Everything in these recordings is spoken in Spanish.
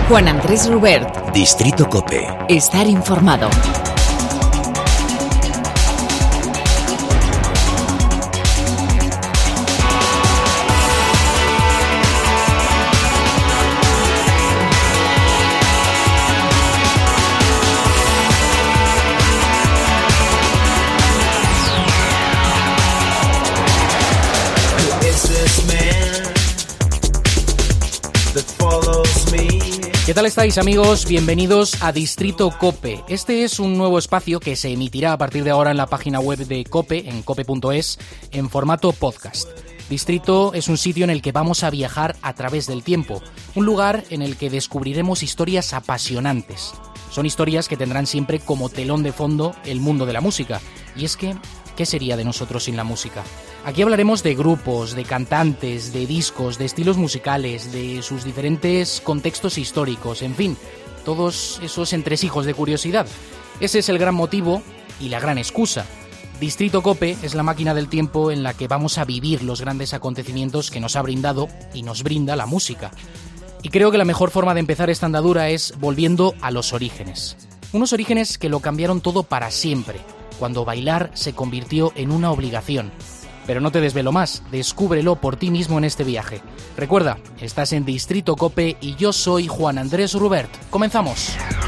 Juan Andrés Rubert. Distrito COPE. Estar informado. ¿Qué tal estáis, amigos? Bienvenidos a Distrito COPE. Este es un nuevo espacio que se emitirá a partir de ahora en la página web de COPE, en cope.es, en formato podcast. Distrito es un sitio en el que vamos a viajar a través del tiempo, un lugar en el que descubriremos historias apasionantes. Son historias que tendrán siempre como telón de fondo el mundo de la música. Y es que, ¿qué sería de nosotros sin la música? Aquí hablaremos de grupos, de cantantes, de discos, de estilos musicales, de sus diferentes contextos históricos, en fin, todos esos entresijos de curiosidad. Ese es el gran motivo y la gran excusa. Distrito COPE es la máquina del tiempo en la que vamos a vivir los grandes acontecimientos que nos ha brindado y nos brinda la música. Y creo que la mejor forma de empezar esta andadura es volviendo a los orígenes. Unos orígenes que lo cambiaron todo para siempre, cuando bailar se convirtió en una obligación. Pero no te desvelo más, descúbrelo por ti mismo en este viaje. Recuerda, estás en Distrito COPE y yo soy Juan Andrés Rubert. ¡Comenzamos!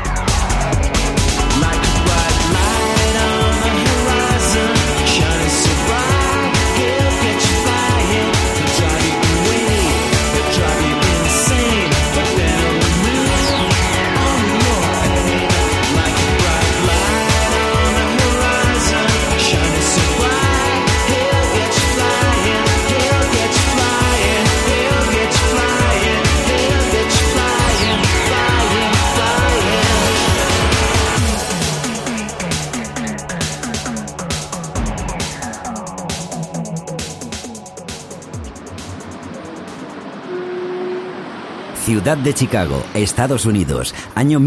Ciudad de Chicago, Estados Unidos, año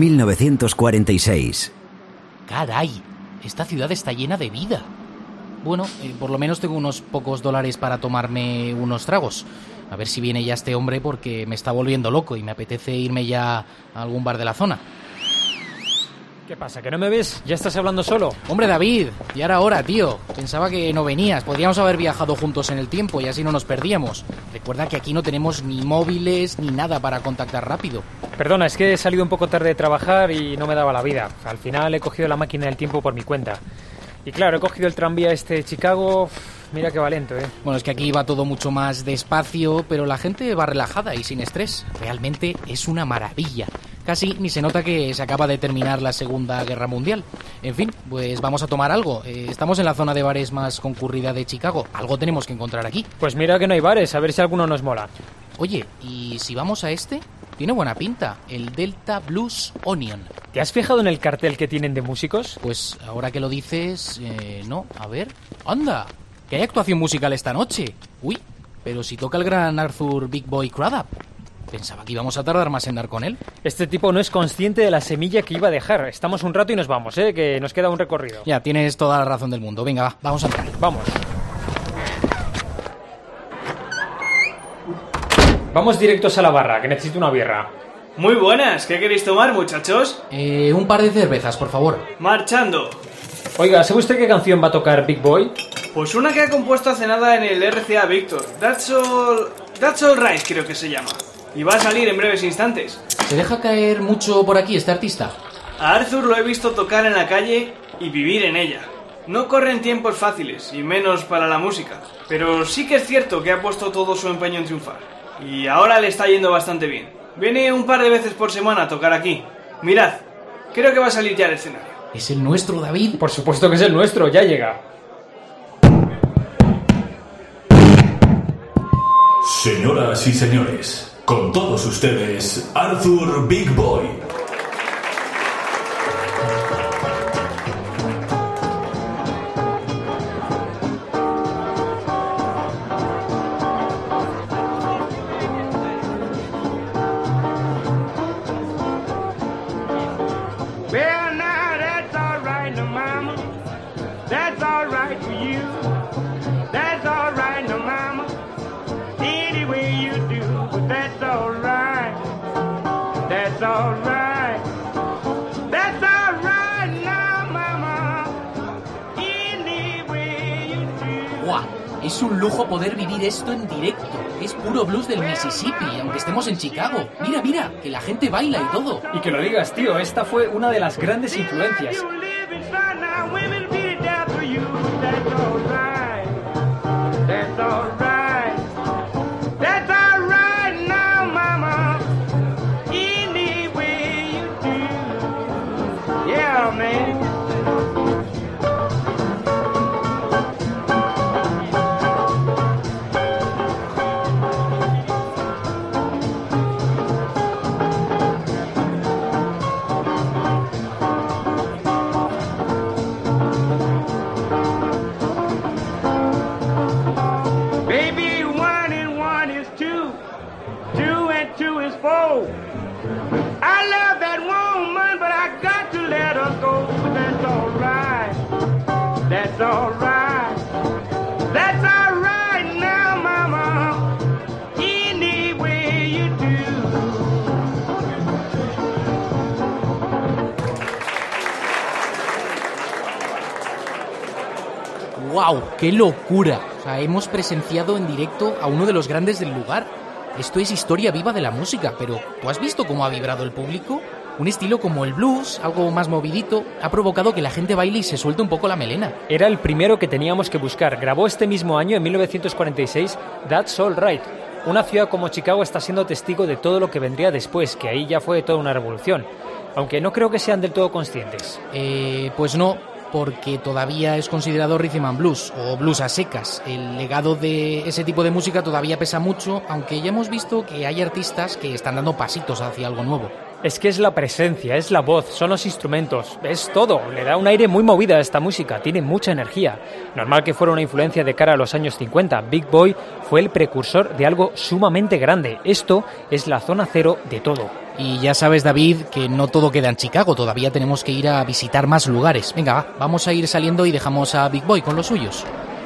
1946. ¡Caray! Esta ciudad está llena de vida. Bueno, por lo menos tengo unos pocos dólares para tomarme unos tragos. A ver si viene ya este hombre porque me está volviendo loco y me apetece irme ya a algún bar de la zona. ¿Qué pasa, que no me ves? ¿Ya estás hablando solo? Hombre, David, ya era hora, tío. Pensaba que no venías. Podríamos haber viajado juntos en el tiempo y así no nos perdíamos. Recuerda que aquí no tenemos ni móviles ni nada para contactar rápido. Perdona, es que he salido un poco tarde de trabajar y no me daba la vida. Al final he cogido la máquina del tiempo por mi cuenta. Y claro, he cogido el tranvía de Chicago. Mira que va lento, ¿eh? Bueno, es que aquí va todo mucho más despacio, pero la gente va relajada y sin estrés. Realmente es una maravilla. Casi ni se nota que se acaba de terminar la Segunda Guerra Mundial. En fin, pues vamos a tomar algo. Estamos en la zona de bares más concurrida de Chicago. Algo tenemos que encontrar aquí. Pues mira que no hay bares, a ver si alguno nos mola. Oye, ¿y si vamos a este? Tiene buena pinta, el Delta Blues Onion. ¿Te has fijado en el cartel que tienen de músicos? Pues ahora que lo dices, no. A ver, ¡anda! Que hay actuación musical esta noche. Uy, pero si toca el gran Arthur Big Boy Crudup. Pensaba que íbamos a tardar más en dar con él. Este tipo no es consciente de la semilla que iba a dejar. Estamos un rato y nos vamos, que nos queda un recorrido. Ya, tienes toda la razón del mundo. Venga, vamos a entrar. Vamos. Vamos directos a la barra, que necesito una birra. Muy buenas, ¿qué queréis tomar, muchachos? Un par de cervezas, por favor. Marchando. Oiga, ¿sabe usted qué canción va a tocar Big Boy? Pues una que ha compuesto hace nada en el RCA Victor. That's all right, creo que se llama. Y va a salir en breves instantes. ¿Se deja caer mucho por aquí este artista? A Arthur lo he visto tocar en la calle y vivir en ella. No corren tiempos fáciles, y menos para la música. Pero sí que es cierto que ha puesto todo su empeño en triunfar. Y ahora le está yendo bastante bien. Viene un par de veces por semana a tocar aquí. Mirad, creo que va a salir ya al escenario. ¿Es el nuestro, David? Por supuesto que es el nuestro, ya llega. Señoras y señores, con todos ustedes, Arthur Big Boy. Well, now that's all right, no mama. That's all right for you. That's all right, no mama. Any way you do, but that's all right. That's all ¡Buah! Es un lujo poder vivir esto en directo. Es puro blues del Mississippi, aunque estemos en Chicago. Mira, mira, que la gente baila y todo. Y que lo digas, tío, esta fue una de las grandes influencias. ¡Wow! ¡Qué locura! O sea, hemos presenciado en directo a uno de los grandes del lugar. Esto es historia viva de la música, pero ¿tú has visto cómo ha vibrado el público? Un estilo como el blues, algo más movidito, ha provocado que la gente baile y se suelte un poco la melena. Era el primero que teníamos que buscar. Grabó este mismo año, en 1946, That's All Right. Una ciudad como Chicago está siendo testigo de todo lo que vendría después, que ahí ya fue toda una revolución. Aunque no creo que sean del todo conscientes. Pues no, porque todavía es considerado rhythm and blues, o blues a secas. El legado de ese tipo de música todavía pesa mucho, aunque ya hemos visto que hay artistas que están dando pasitos hacia algo nuevo. Es que es la presencia, es la voz, son los instrumentos, es todo. Le da un aire muy movido a esta música, tiene mucha energía. Normal que fuera una influencia de cara a los años 50. Big Boy fue el precursor de algo sumamente grande. Esto es la zona cero de todo. Y ya sabes, David, que no todo queda en Chicago, todavía tenemos que ir a visitar más lugares. Venga, va, vamos a ir saliendo y dejamos a Big Boy con los suyos.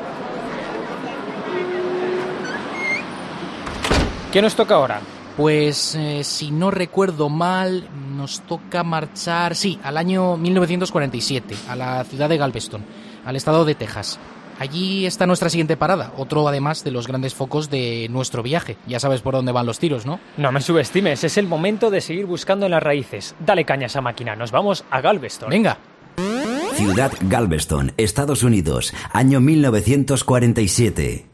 ¿Qué nos toca ahora? Pues, si no recuerdo mal, nos toca marchar, sí, al año 1947, a la ciudad de Galveston, al estado de Texas. Allí está nuestra siguiente parada, otro además de los grandes focos de nuestro viaje. Ya sabes por dónde van los tiros, ¿no? No me subestimes, es el momento de seguir buscando en las raíces. Dale caña a esa máquina, nos vamos a Galveston. Venga. Ciudad Galveston, Estados Unidos, año 1947.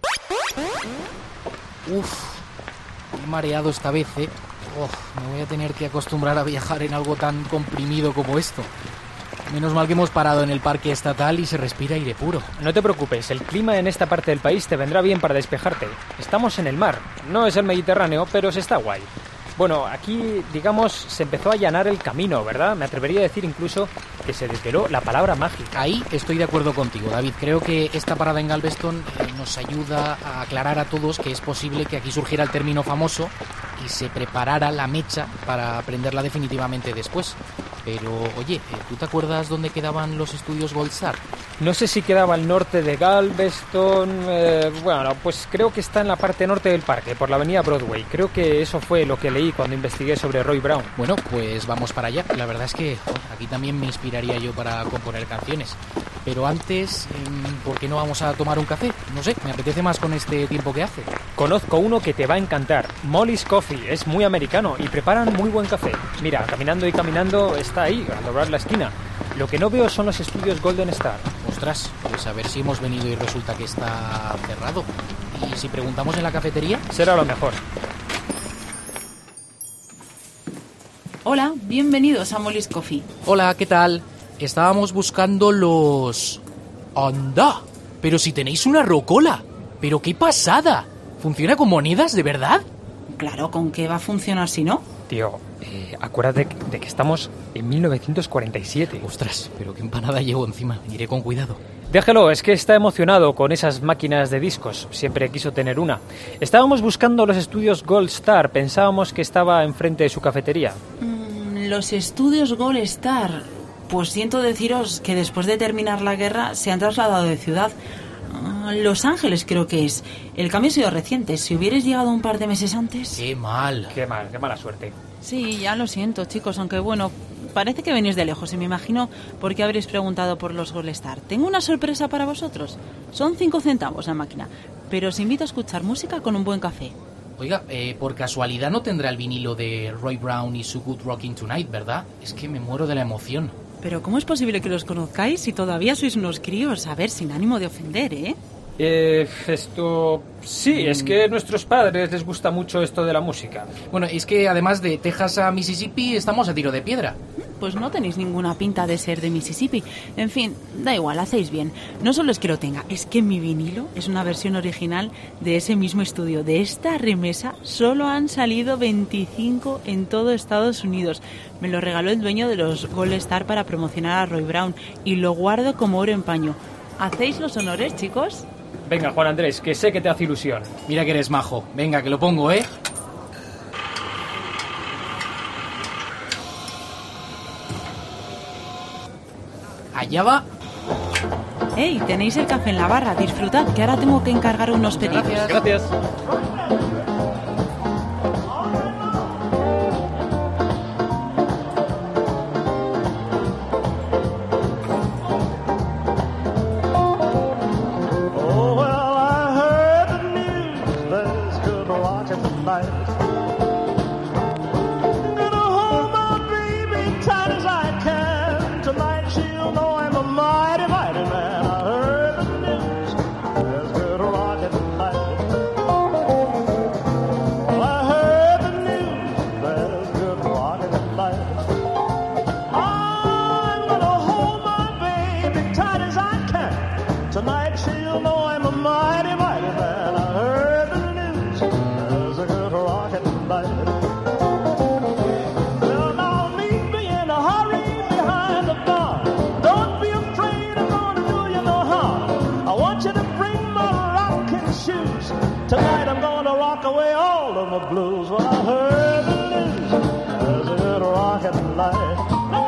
Uf. Mareado esta vez, ¿eh? Me voy a tener que acostumbrar a viajar en algo tan comprimido como esto. Menos mal que hemos parado en el parque estatal y se respira aire puro. No te preocupes, el clima en esta parte del país te vendrá bien para despejarte. Estamos en el mar, no es el Mediterráneo, pero se está guay. Bueno, aquí, digamos, se empezó a allanar el camino, ¿verdad? Me atrevería a decir incluso que se desveló la palabra mágica. Ahí estoy de acuerdo contigo, David. Creo que esta parada en Galveston nos ayuda a aclarar a todos que es posible que aquí surgiera el término famoso y se preparara la mecha para aprenderla definitivamente después. Pero, oye, ¿tú te acuerdas dónde quedaban los estudios Gold Star? No sé si quedaba al norte de Galveston. Bueno, pues creo que está en la parte norte del parque, por la avenida Broadway. Creo que eso fue lo que leí cuando investigué sobre Roy Brown. Bueno, pues vamos para allá. La verdad es que aquí también me inspiraría yo para componer canciones. Pero antes, ¿por qué no vamos a tomar un café? No sé, me apetece más con este tiempo que hace. Conozco uno que te va a encantar. Molly's Coffee, es muy americano y preparan muy buen café. Mira, caminando y caminando está ahí, al doblar la esquina. Lo que no veo son los estudios Golden Star. Ostras, pues a ver si hemos venido y resulta que está cerrado. ¿Y si preguntamos en la cafetería? Será lo mejor. Hola, bienvenidos a Molly's Coffee. Hola, ¿qué tal? Estábamos buscando los... ¡Anda! Pero si tenéis una rocola. ¡Pero qué pasada! ¿Funciona con monedas, de verdad? Claro, ¿con qué va a funcionar si no? Tío, acuérdate de que estamos en 1947. Ostras, pero qué empanada llevo encima. Iré con cuidado. Déjelo, es que está emocionado con esas máquinas de discos. Siempre quiso tener una. Estábamos buscando los estudios Gold Star. Pensábamos que estaba enfrente de su cafetería. Los estudios Gold Star. Pues siento deciros que después de terminar la guerra se han trasladado de ciudad. Los Ángeles creo que es. El cambio ha sido reciente. Si hubierais llegado un par de meses antes... ¡Qué mal! ¡Qué mal, qué mala suerte! Sí, ya lo siento, chicos. Aunque bueno, Parece que venís de lejos y me imagino por qué habréis preguntado por los Gold Star. Tengo una sorpresa para vosotros. Son 5 centavos la máquina, pero os invito a escuchar música con un buen café. Oiga, por casualidad no tendrá el vinilo de Roy Brown y su Good Rockin' Tonight, ¿verdad? Es que me muero de la emoción. Pero ¿cómo es posible que los conozcáis si todavía sois unos críos? A ver, sin ánimo de ofender, ¿eh? Esto... Sí, es que a nuestros padres les gusta mucho esto de la música. Bueno, es que además de Texas a Mississippi estamos a tiro de piedra. Pues no tenéis ninguna pinta de ser de Mississippi. En fin, da igual, hacéis bien. No solo es que lo tenga, es que mi vinilo es una versión original de ese mismo estudio. De esta remesa solo han salido 25 en todo Estados Unidos. Me lo regaló el dueño de los Gold Star para promocionar a Roy Brown y lo guardo como oro en paño. ¿Hacéis los honores, chicos? Venga, Juan Andrés, que sé que te hace ilusión. Mira que eres majo. Venga, que lo pongo, ¿eh? Allá va. ¡Ey! Tenéis el café en la barra. Disfrutad, que ahora tengo que encargar unos pedidos. Gracias. Tonight I'm gonna rock away all of my blues. Well, I heard the news. There's a good rockin' light.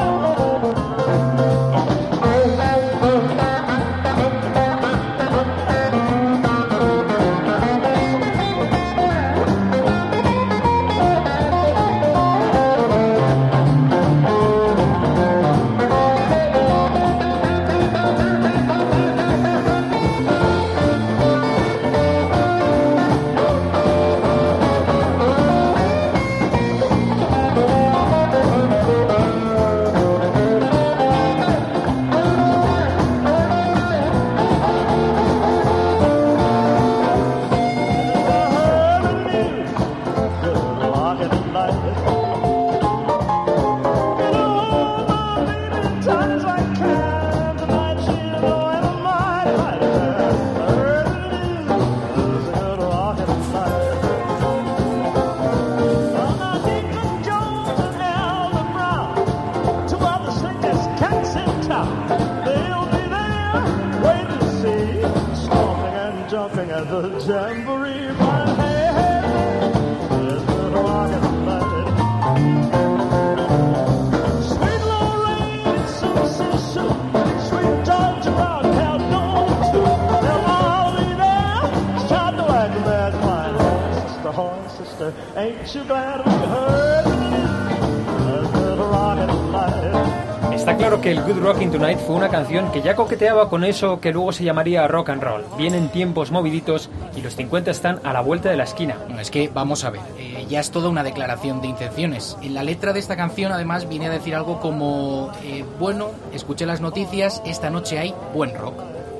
Está claro que el Good Rockin' Tonight fue una canción que ya coqueteaba con eso que luego se llamaría rock and roll. Vienen tiempos moviditos y los 50 están a la vuelta de la esquina. No, es que, vamos a ver, ya es toda una declaración de intenciones. En la letra de esta canción, además, viene a decir algo como, bueno, escuché las noticias, esta noche hay buen rock.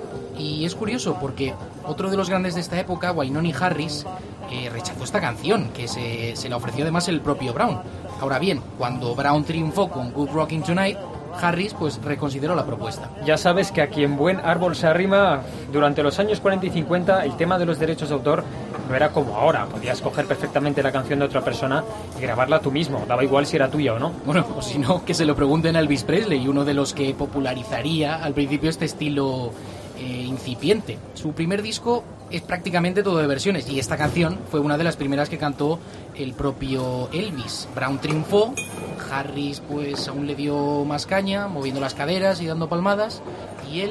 Y es curioso porque otro de los grandes de esta época, Wynonie Harris, rechazó esta canción, que se la ofreció además el propio Brown. Ahora bien, cuando Brown triunfó con Good Rockin' Tonight, Harris pues reconsideró la propuesta. Ya sabes que a quien buen árbol se arrima, durante los años 40 y 50 el tema de los derechos de autor no era como ahora. Podías coger perfectamente la canción de otra persona y grabarla tú mismo, daba igual si era tuya o no. Bueno, o si no, que se lo pregunten a Elvis Presley, uno de los que popularizaría al principio este estilo incipiente. Su primer disco es prácticamente todo de versiones y esta canción fue una de las primeras que cantó el propio Elvis. Brown triunfó, Harris pues aún le dio más caña, moviendo las caderas y dando palmadas, y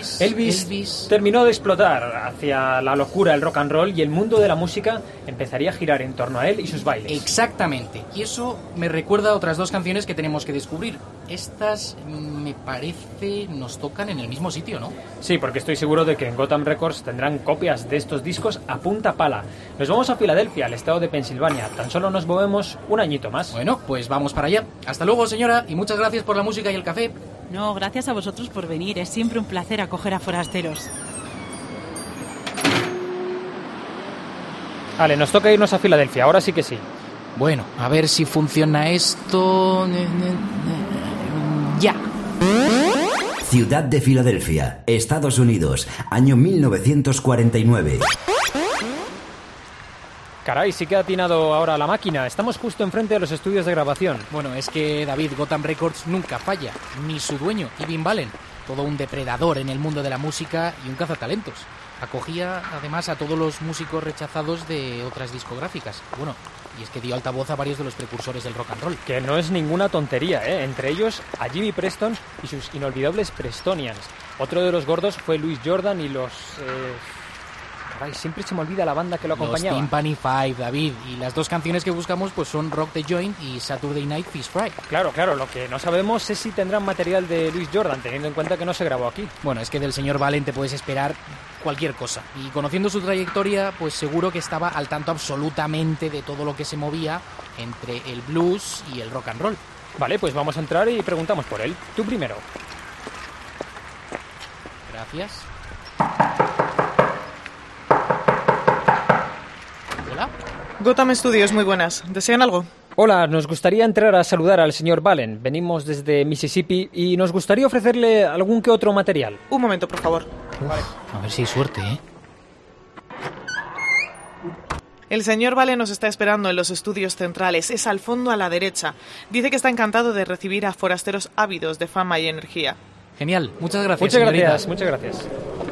Elvis terminó de explotar hacia la locura del rock and roll y el mundo de la música empezaría a girar en torno a él y sus bailes. Exactamente, y eso me recuerda a otras dos canciones que tenemos que descubrir. estas me parece nos tocan en el mismo sitio, ¿no? Sí, porque estoy seguro de que en Gotham Records tendrán copias de estos discos a punta pala. Nos vamos a Filadelfia, al estado de Pensilvania. Tan solo nos movemos un añito más. Bueno, pues vamos para allá. Hasta luego, señora, y muchas gracias por la música y el café. No, gracias a vosotros por venir. Es siempre un placer acoger a forasteros. Vale, nos toca irnos a Filadelfia, ahora sí que sí. Bueno, a ver si funciona esto... Ya. Ciudad de Filadelfia, Estados Unidos, año 1949. Caray, sí que ha atinado ahora la máquina. Estamos justo enfrente de los estudios de grabación. Bueno, es que, David, Gotham Records nunca falla. Ni su dueño, Irving Ballen. Todo un depredador en el mundo de la música y un cazatalentos. Acogía, además, a todos los músicos rechazados de otras discográficas. Bueno, y es que dio altavoz a varios de los precursores del rock and roll. Que no es ninguna tontería, ¿eh? Entre ellos a Jimmy Preston y sus inolvidables Prestonians. Otro de los gordos fue Louis Jordan y los... Caray, siempre se me olvida la banda que lo acompañaba. Los Timpani Five, David. Y las dos canciones que buscamos pues son Rock the Joint y Saturday Night Fish Fry. Claro, lo que no sabemos es si tendrán material de Louis Jordan, teniendo en cuenta que no se grabó aquí. Bueno, es que del señor Ballen te puedes esperar cualquier cosa. Y conociendo su trayectoria, pues seguro que estaba al tanto absolutamente de todo lo que se movía entre el blues y el rock and roll. Vale, pues vamos a entrar y preguntamos por él. Tú primero. Gracias. Hola. Gotham Studios, muy buenas. ¿Desean algo? Hola, nos gustaría entrar a saludar al señor Ballen. Venimos desde Mississippi y nos gustaría ofrecerle algún que otro material. Un momento, por favor. Vale. A ver si hay suerte, ¿eh? El señor Ballen nos está esperando en los estudios centrales. Es al fondo a la derecha. Dice que está encantado de recibir a forasteros ávidos de fama y energía. Genial. Muchas gracias, Muchas gracias.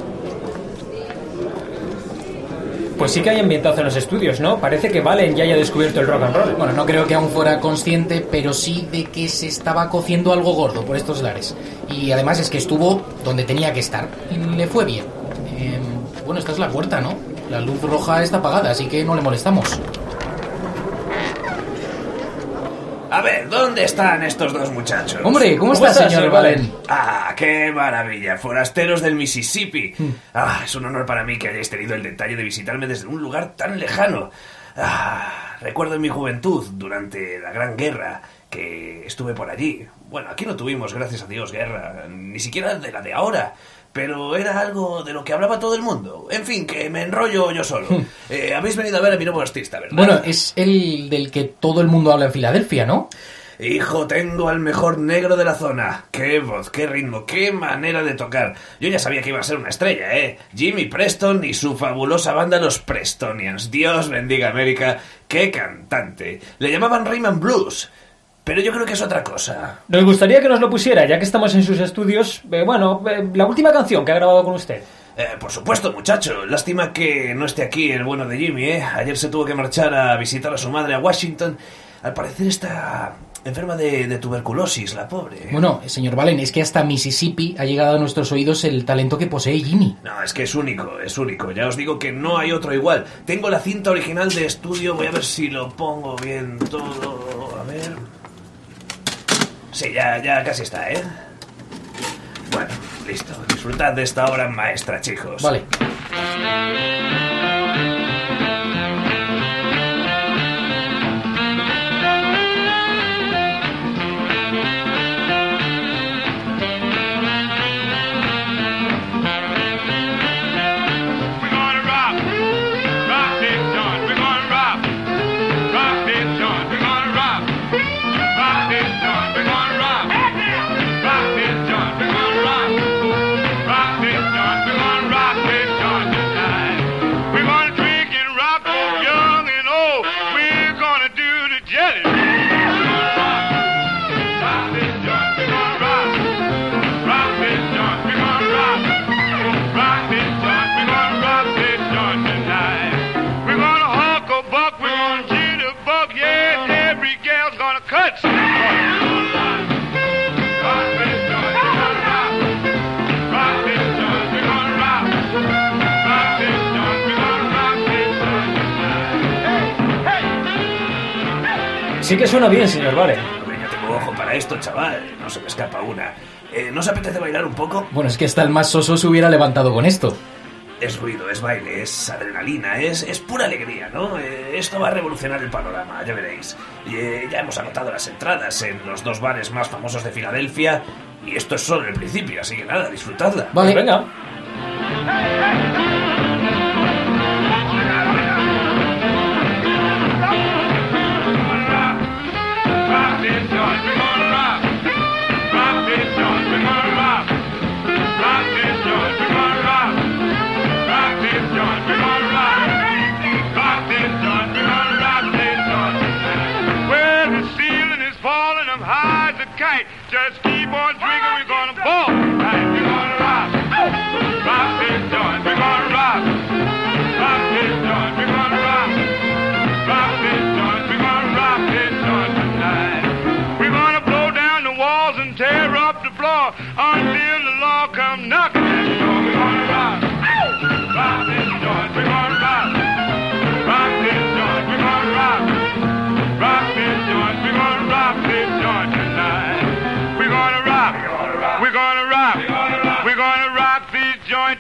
Pues sí que hay ambientazo en los estudios, ¿no? Parece que Ballen ya haya descubierto el rock and roll. Bueno, no creo que aún fuera consciente, pero sí de que se estaba cociendo algo gordo por estos lares. Y además es que estuvo donde tenía que estar. Y le fue bien. Bueno, esta es la puerta, ¿no? La luz roja está apagada, así que no le molestamos. A ver, ¿dónde están estos dos muchachos? Hombre, ¿cómo estás, señor Ballen? Ah, qué maravilla, forasteros del Mississippi. Es un honor para mí que hayáis tenido el detalle de visitarme desde un lugar tan lejano. Recuerdo en mi juventud, durante la Gran Guerra, que estuve por allí. Bueno, aquí no tuvimos, gracias a Dios, guerra, ni siquiera de la de ahora. Pero era algo de lo que hablaba todo el mundo. En fin, que me enrollo yo solo. Habéis venido a ver a mi nuevo artista, ¿verdad? Bueno, es el del que todo el mundo habla en Filadelfia, ¿no? Hijo, tengo al mejor negro de la zona. Qué voz, qué ritmo, qué manera de tocar. Yo ya sabía que iba a ser una estrella, ¿eh? Jimmy Preston y su fabulosa banda Los Prestonians. Dios bendiga América. ¡Qué cantante! Le llamaban Rhythm Blues. Pero yo creo que es otra cosa. Nos gustaría que nos lo pusiera, ya que estamos en sus estudios. La última canción que ha grabado con usted. Por supuesto, muchacho. Lástima que no esté aquí el bueno de Jimmy, ¿eh? Ayer se tuvo que marchar a visitar a su madre a Washington. Al parecer está enferma de tuberculosis, la pobre. Bueno, señor Ballen, es que hasta Mississippi ha llegado a nuestros oídos el talento que posee Jimmy. No, es que es único, es único. Ya os digo que no hay otro igual. Tengo la cinta original de estudio. Voy a ver si lo pongo bien todo. A ver... Sí, ya casi está, ¿eh? Bueno, listo. Disfrutad de esta obra maestra, chicos. Vale. Sí que suena bien, señor Ballen. Ya tengo ojo para para esto, chaval. No se me escapa una. ¿No os apetece bailar un poco? Bueno, es que hasta el más soso se hubiera levantado con esto. Es ruido, es baile, es adrenalina, es pura alegría, ¿no? Esto va a revolucionar el panorama, ya veréis. Ya hemos agotado las entradas en los 2 bares más famosos de Filadelfia y esto es solo el principio, así que nada, disfrutadla. Vale, pues venga. Just keep on drinking, we're gonna ball. Right, we're gonna rock. Rock this joint, we're gonna rock. Rock this joint, we're gonna rock. Rock this joint, we're gonna rock this joint tonight. We're gonna blow down the walls and tear up the floor until the law come knocking at the door. We're gonna rock. Rock this joint, we're gonna rock. Rock this joint, we're gonna rock. Rock this joint, we're gonna rock this joint tonight. We're gonna rock, we're gonna rock, we're gonna rock this joint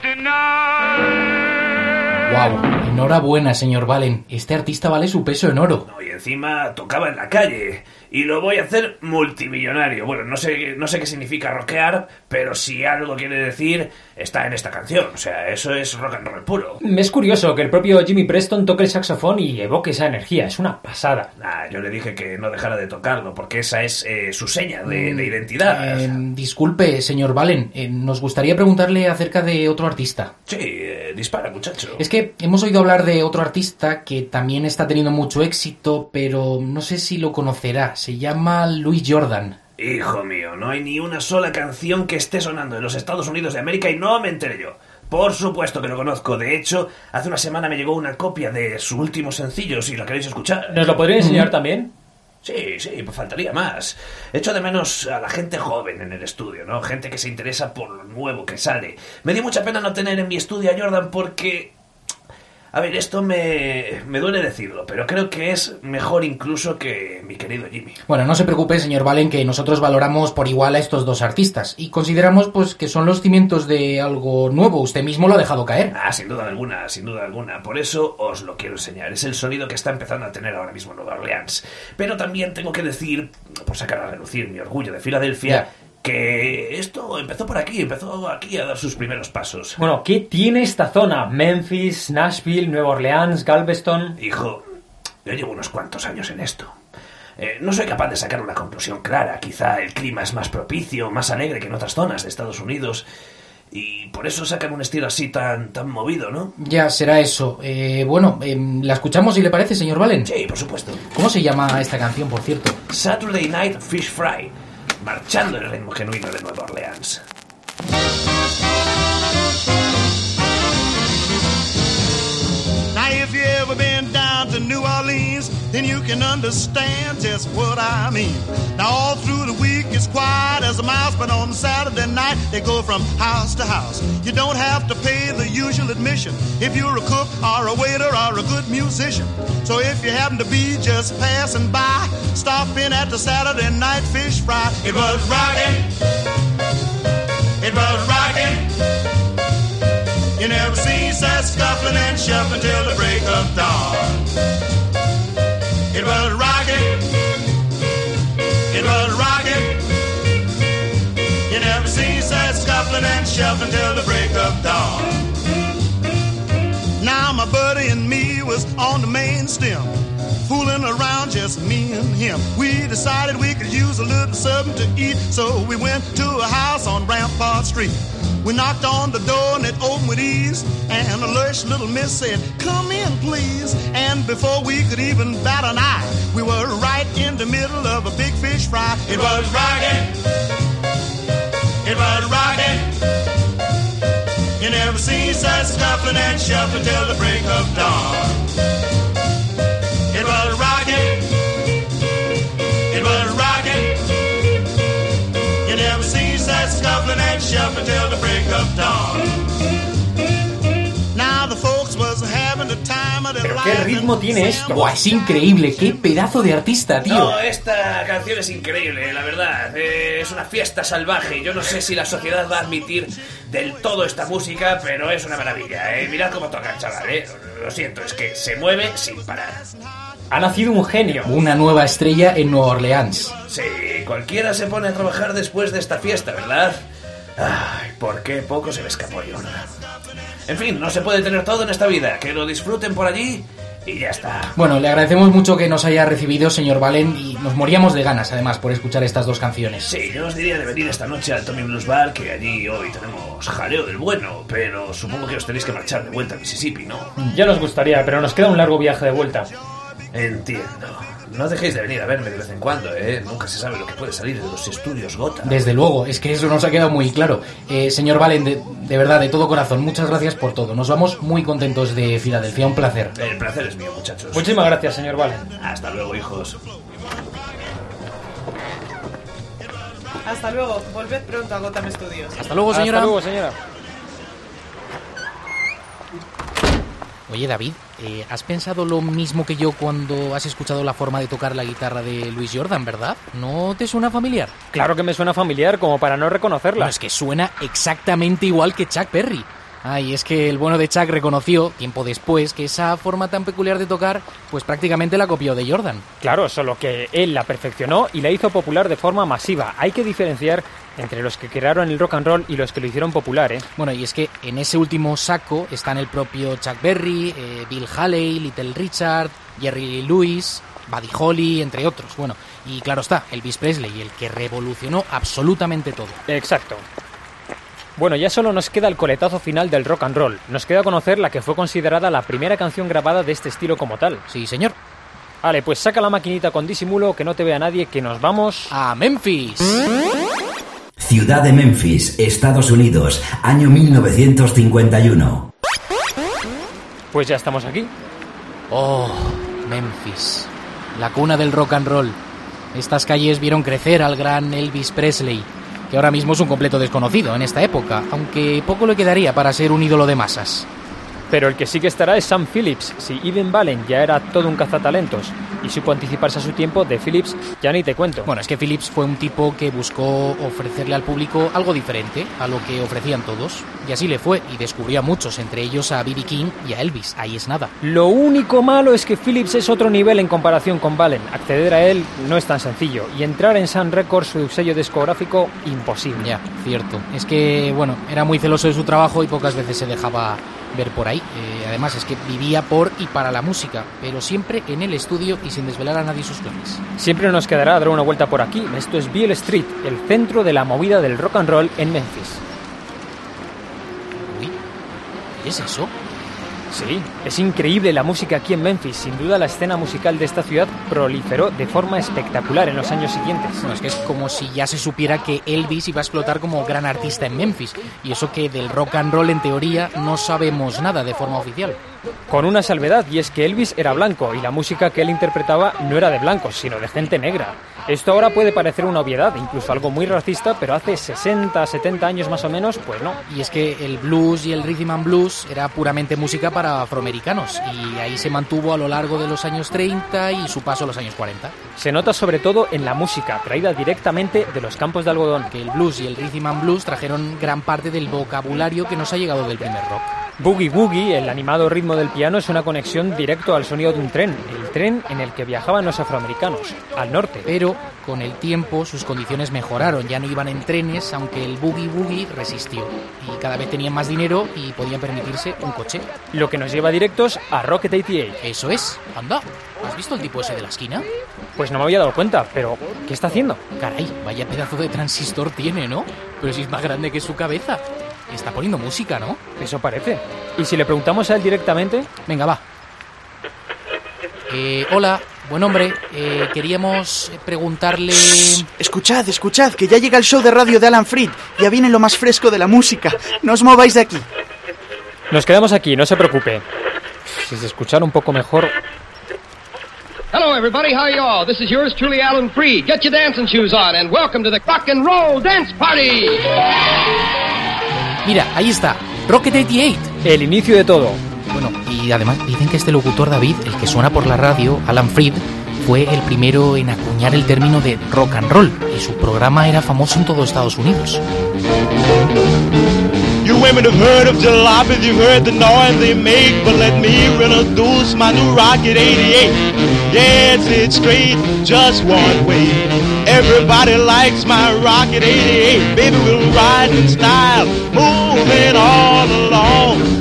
tonight. Wow, enhorabuena, señor Valen. Este artista vale su peso en oro. No, y encima tocaba en la calle. Y lo voy a hacer multimillonario. Bueno, no sé qué significa rockear, pero si algo quiere decir, está en esta canción. O sea, eso es rock and roll puro. Es curioso que el propio Jimmy Preston toque el saxofón y evoque esa energía. Es una pasada. Yo le dije que no dejara de tocarlo, porque esa es su seña de identidad. Disculpe, señor Valen. Nos gustaría preguntarle acerca de otro artista. Sí, dispara, muchacho. Es que hemos oído hablar de otro artista que también está teniendo mucho éxito, pero no sé si lo conocerá. Se llama Louis Jordan. Hijo mío, no hay ni una sola canción que esté sonando en los Estados Unidos de América y no me enteré yo. Por supuesto que lo conozco. De hecho, hace una semana me llegó una copia de su último sencillo, si lo queréis escuchar. ¿Nos lo podría enseñar también? Sí, pues faltaría más. Echo de menos a la gente joven en el estudio, ¿no? Gente que se interesa por lo nuevo que sale. Me dio mucha pena no tener en mi estudio a Jordan porque... A ver, esto me duele decirlo, pero creo que es mejor incluso que mi querido Jimmy. Bueno, no se preocupe, señor Valen, que nosotros valoramos por igual a estos dos artistas y consideramos pues que son los cimientos de algo nuevo. Usted mismo lo ha dejado caer. Sin duda alguna, sin duda alguna. Por eso os lo quiero enseñar. Es el sonido que está empezando a tener ahora mismo Nueva Orleans. Pero también tengo que decir, por sacar a relucir mi orgullo de Filadelfia, que esto empezó aquí a dar sus primeros pasos. Bueno, ¿qué tiene esta zona? Memphis, Nashville, Nueva Orleans, Galveston... Hijo, yo llevo unos cuantos años en esto. No soy capaz de sacar una conclusión clara. Quizá el clima es más propicio, más alegre que en otras zonas de Estados Unidos... Y por eso sacan un estilo así tan movido, ¿no? Ya, será eso. ¿La escuchamos si le parece, señor Valen? Sí, por supuesto. ¿Cómo se llama esta canción, por cierto? Saturday Night Fish Fry. Marchando el ritmo genuino de Nueva Orleans. Now if you ever been down to New Orleans, then you can understand just what I mean. Now all through the week it's quiet as a mouse, but on Saturday night they go from house to house. You don't have to pay the usual admission if you're a cook or a waiter or a good musician. So if you happen to be just passing by, stop in at the Saturday Night Fish Fry. It was rockin', it was rockin'. You never seen such scuffling and shuffling till the break of dawn. It was rockin', it was rockin'. You never seen such scuffling and shuffling till the break of dawn. Now my buddy and me was on the main stem, fooling around, just me and him. We decided we could use a little something to eat, so we went to a house on Rampart Street. We knocked on the door and it opened with ease, and a lush little miss said, "Come in, please." And before we could even bat an eye, we were right in the middle of a big fish fry. It was rockin', it was rockin'. You never seen such scuffling and shuffling till the break of dawn. It was rockin', it was rockin'. You never seen such scuffling and shuffling till the break of dawn. Now the folks was having the time of Pero qué ritmo tiene esto. Buah, es increíble, qué pedazo de artista, tío. No, esta canción es increíble, la verdad. Es una fiesta salvaje. Yo no sé si la sociedad va a admitir del todo esta música, pero es una maravilla. Mirad cómo toca, chaval. Lo siento, es que se mueve sin parar. Ha nacido un genio. Una nueva estrella en Nueva Orleans. Sí, cualquiera se pone a trabajar después de esta fiesta, ¿verdad? Ay, ¿por qué poco se me escapó Jordan? En fin, no se puede tener todo en esta vida. Que lo disfruten por allí y ya está. Bueno, le agradecemos mucho que nos haya recibido, señor Valen, y nos moríamos de ganas, además, por escuchar estas dos canciones. Sí, yo os diría de venir esta noche al Tommy Blues Bar, que allí hoy tenemos jaleo del bueno, pero supongo que os tenéis que marchar de vuelta a Mississippi, ¿no? Ya nos gustaría, pero nos queda un largo viaje de vuelta. Entiendo. No dejéis de venir a verme de vez en cuando, ¿eh? Nunca se sabe lo que puede salir de los estudios Gotham. Desde luego, es que eso nos ha quedado muy claro. Señor Valen, de verdad, de todo corazón, muchas gracias por todo. Nos vamos muy contentos de Filadelfia, un placer. El placer es mío, muchachos. Muchísimas gracias, señor Valen. Hasta luego, hijos. Hasta luego. Volved pronto a Gotham Studios. Hasta luego, señora. Hasta luego, señora. Oye, David, ¿has pensado lo mismo que yo cuando has escuchado la forma de tocar la guitarra de Louis Jordan, verdad? ¿No te suena familiar? Claro que me suena familiar, como para no reconocerla. No, es que suena exactamente igual que Chuck Berry. Ay, es que el bueno de Chuck reconoció, tiempo después, que esa forma tan peculiar de tocar, pues prácticamente la copió de Jordan. Claro, solo que él la perfeccionó y la hizo popular de forma masiva. Hay que diferenciar entre los que crearon el rock and roll y los que lo hicieron popular, ¿eh? Bueno, y es que en ese último saco están el propio Chuck Berry, Bill Haley, Little Richard, Jerry Lee Lewis, Buddy Holly, entre otros. Bueno, y claro está, Elvis Presley, el que revolucionó absolutamente todo. Exacto. Bueno, ya solo nos queda el coletazo final del rock and roll. Nos queda conocer la que fue considerada la primera canción grabada de este estilo como tal. Sí, señor. Vale, pues saca la maquinita con disimulo, que no te vea nadie, que nos vamos... ¡a Memphis! Ciudad de Memphis, Estados Unidos, año 1951. Pues ya estamos aquí. Oh, Memphis, la cuna del rock and roll. Estas calles vieron crecer al gran Elvis Presley, que ahora mismo es un completo desconocido en esta época, aunque poco le quedaría para ser un ídolo de masas. Pero el que sí que estará es Sam Phillips. Si Evan Valen ya era todo un cazatalentos y supo anticiparse a su tiempo, de Phillips ya ni te cuento. Bueno, es que Phillips fue un tipo que buscó ofrecerle al público algo diferente a lo que ofrecían todos. Y así le fue, y descubrió a muchos, entre ellos a B.B. King y a Elvis. Ahí es nada. Lo único malo es que Phillips es otro nivel en comparación con Valen. Acceder a él no es tan sencillo. Y entrar en Sun Records, su sello discográfico, imposible. Ya, cierto. Es que, bueno, era muy celoso de su trabajo y pocas veces se dejaba ver por ahí. Además es que vivía por y para la música, pero siempre en el estudio y sin desvelar a nadie sus planes. Siempre nos quedará dar una vuelta por aquí. Esto es Beale Street, el centro de la movida del rock and roll en Memphis. Uy, ¿qué es eso? Sí, es increíble la música aquí en Memphis. Sin duda la escena musical de esta ciudad proliferó de forma espectacular en los años siguientes. Bueno, es que es como si ya se supiera que Elvis iba a explotar como gran artista en Memphis. Y eso que del rock and roll, en teoría, no sabemos nada de forma oficial. Con una salvedad, y es que Elvis era blanco y la música que él interpretaba no era de blancos, sino de gente negra. Esto ahora puede parecer una obviedad, incluso algo muy racista, pero hace 60, 70 años más o menos, pues no. Y es que el blues y el rhythm and blues era puramente música para afroamericanos, y ahí se mantuvo a lo largo de los años 30 y su paso a los años 40. Se nota sobre todo en la música, traída directamente de los campos de algodón. Que el blues y el rhythm and blues trajeron gran parte del vocabulario que nos ha llegado del primer rock. Boogie Woogie, el animado ritmo del piano, es una conexión directa al sonido de un tren, el tren en el que viajaban los afroamericanos, al norte. Pero con el tiempo sus condiciones mejoraron, ya no iban en trenes, aunque el Boogie Woogie resistió. Y cada vez tenían más dinero y podían permitirse un coche. Lo que nos lleva directos a Rocket 88. Eso es, anda. ¿Has visto el tipo ese de la esquina? Pues no me había dado cuenta, pero ¿qué está haciendo? Caray, vaya pedazo de transistor tiene, ¿no? Pero si es más grande que su cabeza. Está poniendo música, ¿no? Eso parece. ¿Y si le preguntamos a él directamente? Venga, va. Hola, buen hombre. Queríamos preguntarle... Escuchad, que ya llega el show de radio de Alan Freed. Ya viene lo más fresco de la música. No os mováis de aquí. Nos quedamos aquí, no se preocupe. Si se escuchara un poco mejor... Hello, everybody. How are you all? This is yours truly, Alan Freed. Get your dancing shoes on and welcome to the Rock and Roll Dance Party. Mira, ahí está, Rocket 88. El inicio de todo. Bueno, Y además dicen que este locutor, David, el que suena por la radio, Alan Freed, fue el primero en acuñar el término de rock and roll, y su programa era famoso en todo Estados Unidos. You women have heard of jalopies, you've heard the noise they make, but let me introduce my new Rocket 88. Yes, it's straight, just one way. Everybody likes my Rocket 88. Baby, we'll ride in style, moving all along.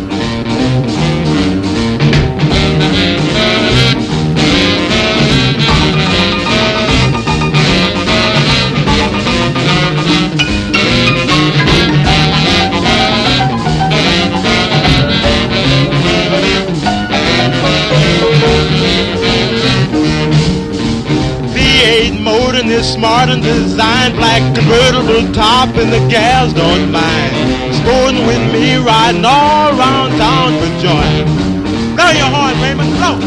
Motor and it's smart and designed, black convertible top and the gals don't mind. Sporting with me, riding all around town for joy. Blow your horn, Raymond, blow.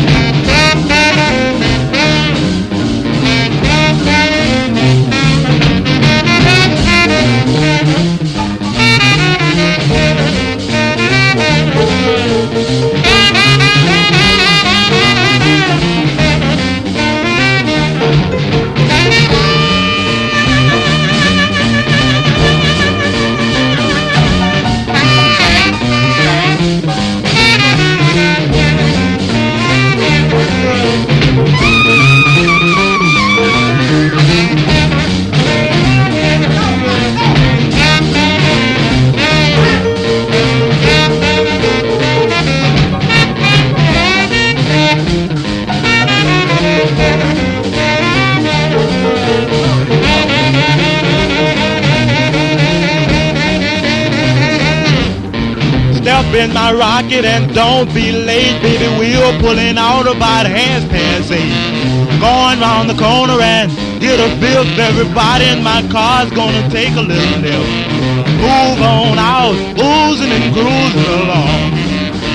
In my rocket and don't be late, baby, we're pulling out about 8:30. Going round the corner and get a biff. Everybody in my car's gonna take a little nip. Move on out, oozing and cruising along.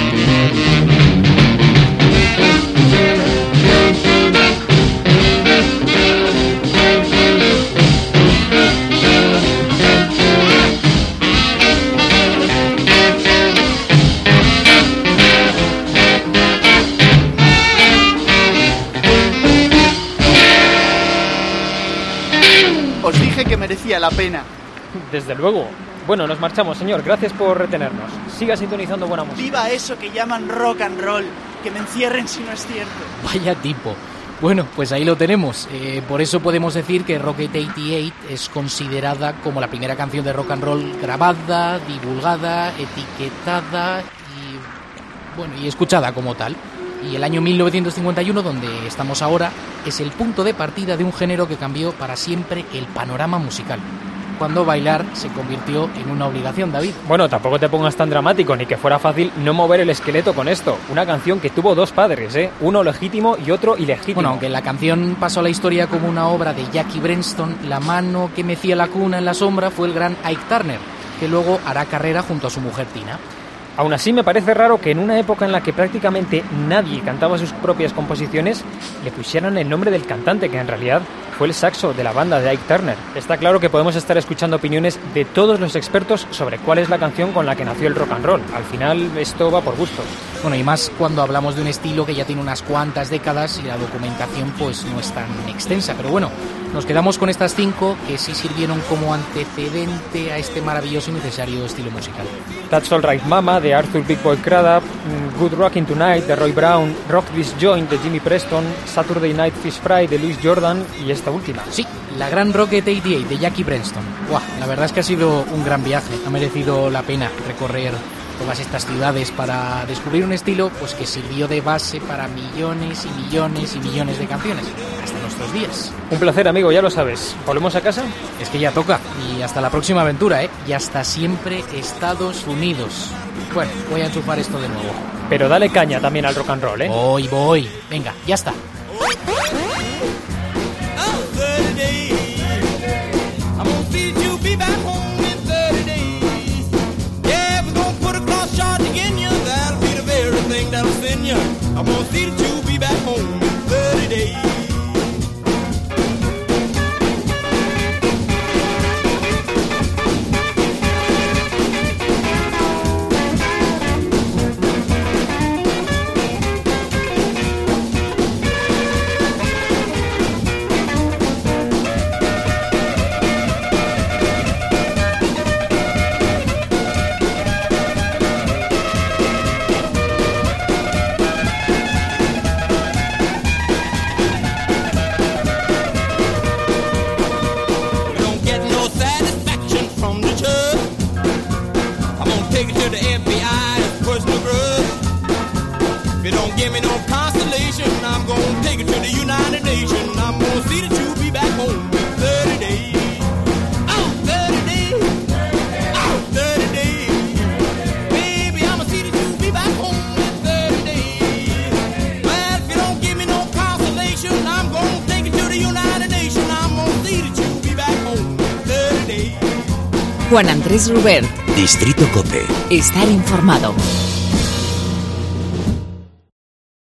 Os dije que merecía la pena. Desde luego. Bueno, nos marchamos, señor. Gracias por retenernos. Siga sintonizando buena música. Viva eso que llaman rock and roll. Que me encierren si no es cierto. Vaya tipo. Bueno, pues ahí lo tenemos. Por eso podemos decir que Rocket 88 es considerada como la primera canción de rock and roll grabada, divulgada, etiquetada y escuchada como tal. Y el año 1951, donde estamos ahora, es el punto de partida de un género que cambió para siempre el panorama musical, cuando bailar se convirtió en una obligación, David. Bueno, tampoco te pongas tan dramático, ni que fuera fácil no mover el esqueleto con esto. Una canción que tuvo dos padres, uno legítimo y otro ilegítimo. Bueno, aunque la canción pasó a la historia como una obra de Jackie Brenston, la mano que mecía la cuna en la sombra fue el gran Ike Turner, que luego hará carrera junto a su mujer Tina. Aún así, me parece raro que en una época en la que prácticamente nadie cantaba sus propias composiciones, le pusieran el nombre del cantante, que en realidad fue el saxo de la banda de Ike Turner. Está claro que podemos estar escuchando opiniones de todos los expertos sobre cuál es la canción con la que nació el rock and roll. Al final, esto va por gustos. Bueno, y más cuando hablamos de un estilo que ya tiene unas cuantas décadas y la documentación pues no es tan extensa. Pero bueno, nos quedamos con estas 5 que sí sirvieron como antecedente a este maravilloso y necesario estilo musical. That's All Right Mama, de Arthur Big Boy Crudup, Good Rockin' Tonight, de Roy Brown, Rock This Joint, de Jimmy Preston, Saturday Night Fish Fry, de Louis Jordan, y esta última. Sí, la gran Rocket 88, de Jackie Brenston. ¡Buah! La verdad es que ha sido un gran viaje, ha merecido la pena recorrer todas estas ciudades para descubrir un estilo pues que sirvió de base para millones y millones y millones de canciones hasta nuestros días. Un placer, amigo, ya lo sabes. ¿Volvemos a casa? Es que ya toca. Y hasta la próxima aventura, Y hasta siempre, Estados Unidos. Bueno, voy a enchufar esto de nuevo. Pero dale caña también al rock and roll, Voy. Venga, ya está. I'm gonna see that you'll be back home in 30 days. don't give me no consolation, I'm gonna take it to the United Nations. I'm gonna see that you be back home in 30 days. Oh, 30 days. Oh, 30 days. Baby, I'ma see that you be back home in 30 days. Well, if you don't give me no consolation, I'm gonna take it to the United Nations. I'm gonna see that you be back home in 30 days. Juan Andrés Rubert. Distrito Cope. Estar informado.